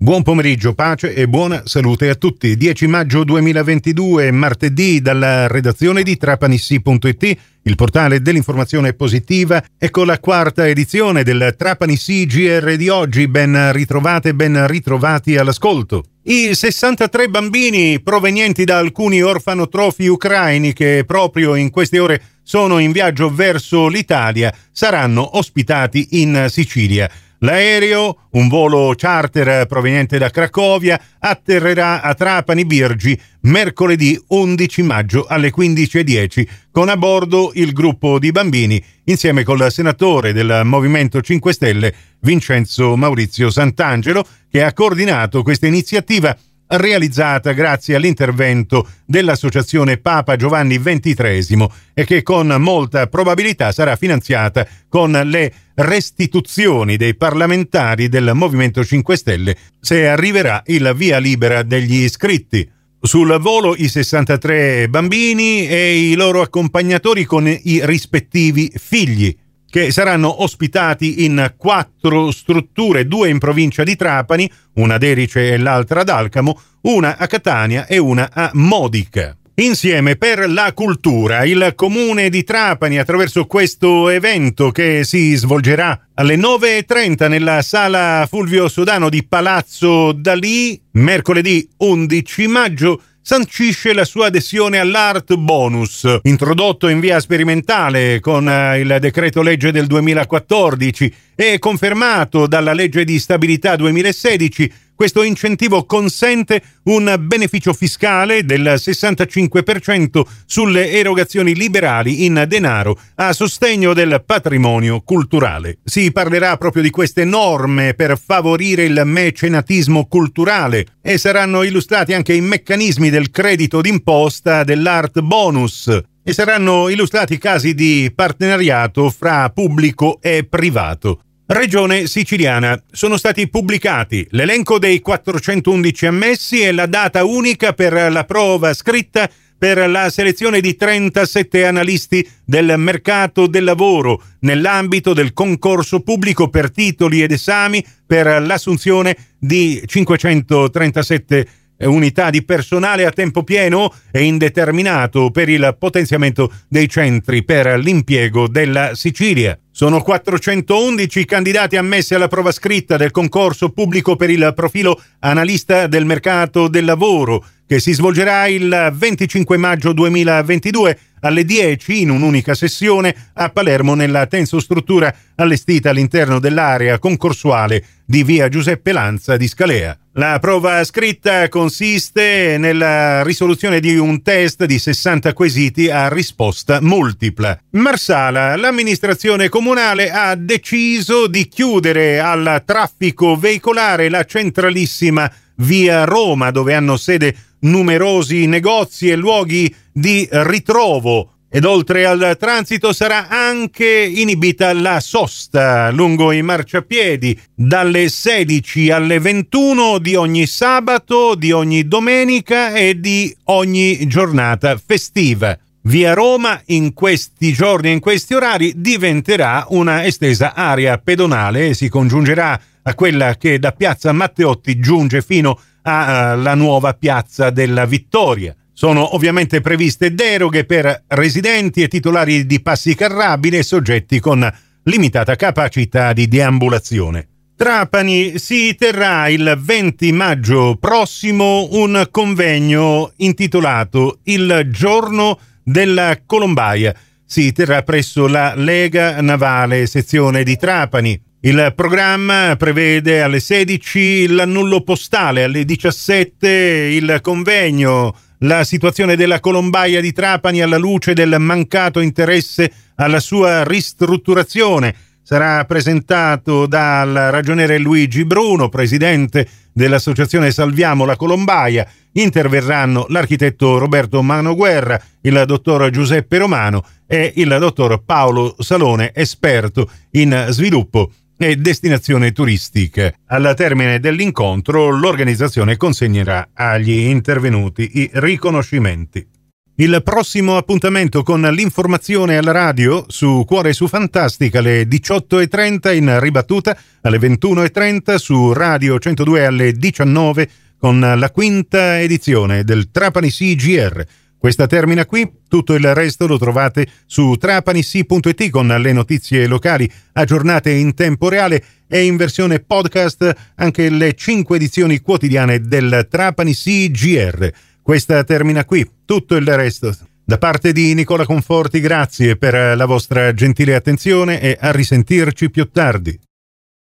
Buon pomeriggio, pace e buona salute a tutti. 10 maggio 2022, martedì, dalla redazione di Trapanissi.it, il portale dell'informazione positiva. Ecco la quarta edizione del Trapanissi GR di oggi. Ben ritrovate, ben ritrovati all'ascolto. I 63 bambini provenienti da alcuni orfanotrofi ucraini che proprio in queste ore sono in viaggio verso l'Italia saranno ospitati in Sicilia. L'aereo, un volo charter proveniente da Cracovia, atterrerà a Trapani Birgi mercoledì 11 maggio alle 15:10 con a bordo il gruppo di bambini insieme col senatore del Movimento 5 Stelle Vincenzo Maurizio Santangelo, che ha coordinato questa iniziativa realizzata grazie all'intervento dell'associazione Papa Giovanni XXIII e che con molta probabilità sarà finanziata con le restituzioni dei parlamentari del Movimento 5 Stelle se arriverà il via libera degli iscritti. Sul volo i 63 bambini e i loro accompagnatori con i rispettivi figli, che saranno ospitati in 4 strutture, 2 in provincia di Trapani, una ad Erice e l'altra ad Alcamo, una a Catania e una a Modica. Insieme per la cultura, il Comune di Trapani, attraverso questo evento che si svolgerà alle 9:30 nella sala Fulvio Sodano di Palazzo Dalì, mercoledì 11 maggio, sancisce la sua adesione all'Art Bonus, introdotto in via sperimentale con il decreto legge del 2014 e confermato dalla legge di stabilità 2016. Questo incentivo consente un beneficio fiscale del 65% sulle erogazioni liberali in denaro a sostegno del patrimonio culturale. Si parlerà proprio di queste norme per favorire il mecenatismo culturale e saranno illustrati anche i meccanismi del credito d'imposta dell'Art Bonus e saranno illustrati casi di partenariato fra pubblico e privato. Regione siciliana. Sono stati pubblicati l'elenco dei 411 ammessi e la data unica per la prova scritta per la selezione di 37 analisti del mercato del lavoro nell'ambito del concorso pubblico per titoli ed esami per l'assunzione di 537 unità di personale a tempo pieno e indeterminato per il potenziamento dei centri per l'impiego della Sicilia. Sono 411 candidati ammessi alla prova scritta del concorso pubblico per il profilo analista del mercato del lavoro, che si svolgerà il 25 maggio 2022 alle 10 in un'unica sessione a Palermo nella tensostruttura allestita all'interno dell'area concorsuale di via Giuseppe Lanza di Scalea. La prova scritta consiste nella risoluzione di un test di 60 quesiti a risposta multipla. Marsala, l'amministrazione comunale ha deciso di chiudere al traffico veicolare la centralissima via Roma, dove hanno sede numerosi negozi e luoghi di ritrovo, ed oltre al transito sarà anche inibita la sosta lungo i marciapiedi dalle 16 alle 21 di ogni sabato, di ogni domenica e di ogni giornata festiva. Via Roma in questi giorni e in questi orari diventerà una estesa area pedonale e si congiungerà a quella che da piazza Matteotti giunge fino alla nuova piazza della Vittoria. Sono ovviamente previste deroghe per residenti e titolari di passi carrabili e soggetti con limitata capacità di deambulazione. Trapani si terrà il 20 maggio prossimo un convegno intitolato Il giorno della Colombaia. Si terrà presso la Lega Navale sezione di Trapani. Il programma prevede alle 16 l'annullo postale, alle 17 il convegno, la situazione della Colombaia di Trapani alla luce del mancato interesse alla sua ristrutturazione. Sarà presentato dal ragioniere Luigi Bruno, presidente dell'associazione Salviamo la Colombaia. Interverranno l'architetto Roberto Manoguerra, il dottor Giuseppe Romano e il dottor Paolo Salone, esperto in sviluppo e destinazione turistica. Al termine dell'incontro l'organizzazione consegnerà agli intervenuti i riconoscimenti. Il prossimo appuntamento con l'informazione alla radio su Cuore su Fantastica alle 18.30, in ribattuta alle 21.30 su Radio 102 alle 19 con la quinta edizione del Trapani CGR. Questa termina qui, tutto il resto lo trovate su trapanissi.it con le notizie locali aggiornate in tempo reale e in versione podcast anche le 5 edizioni quotidiane del Trapani CGR. Questa termina qui, tutto il resto. Da parte di Nicola Conforti, grazie per la vostra gentile attenzione e a risentirci più tardi.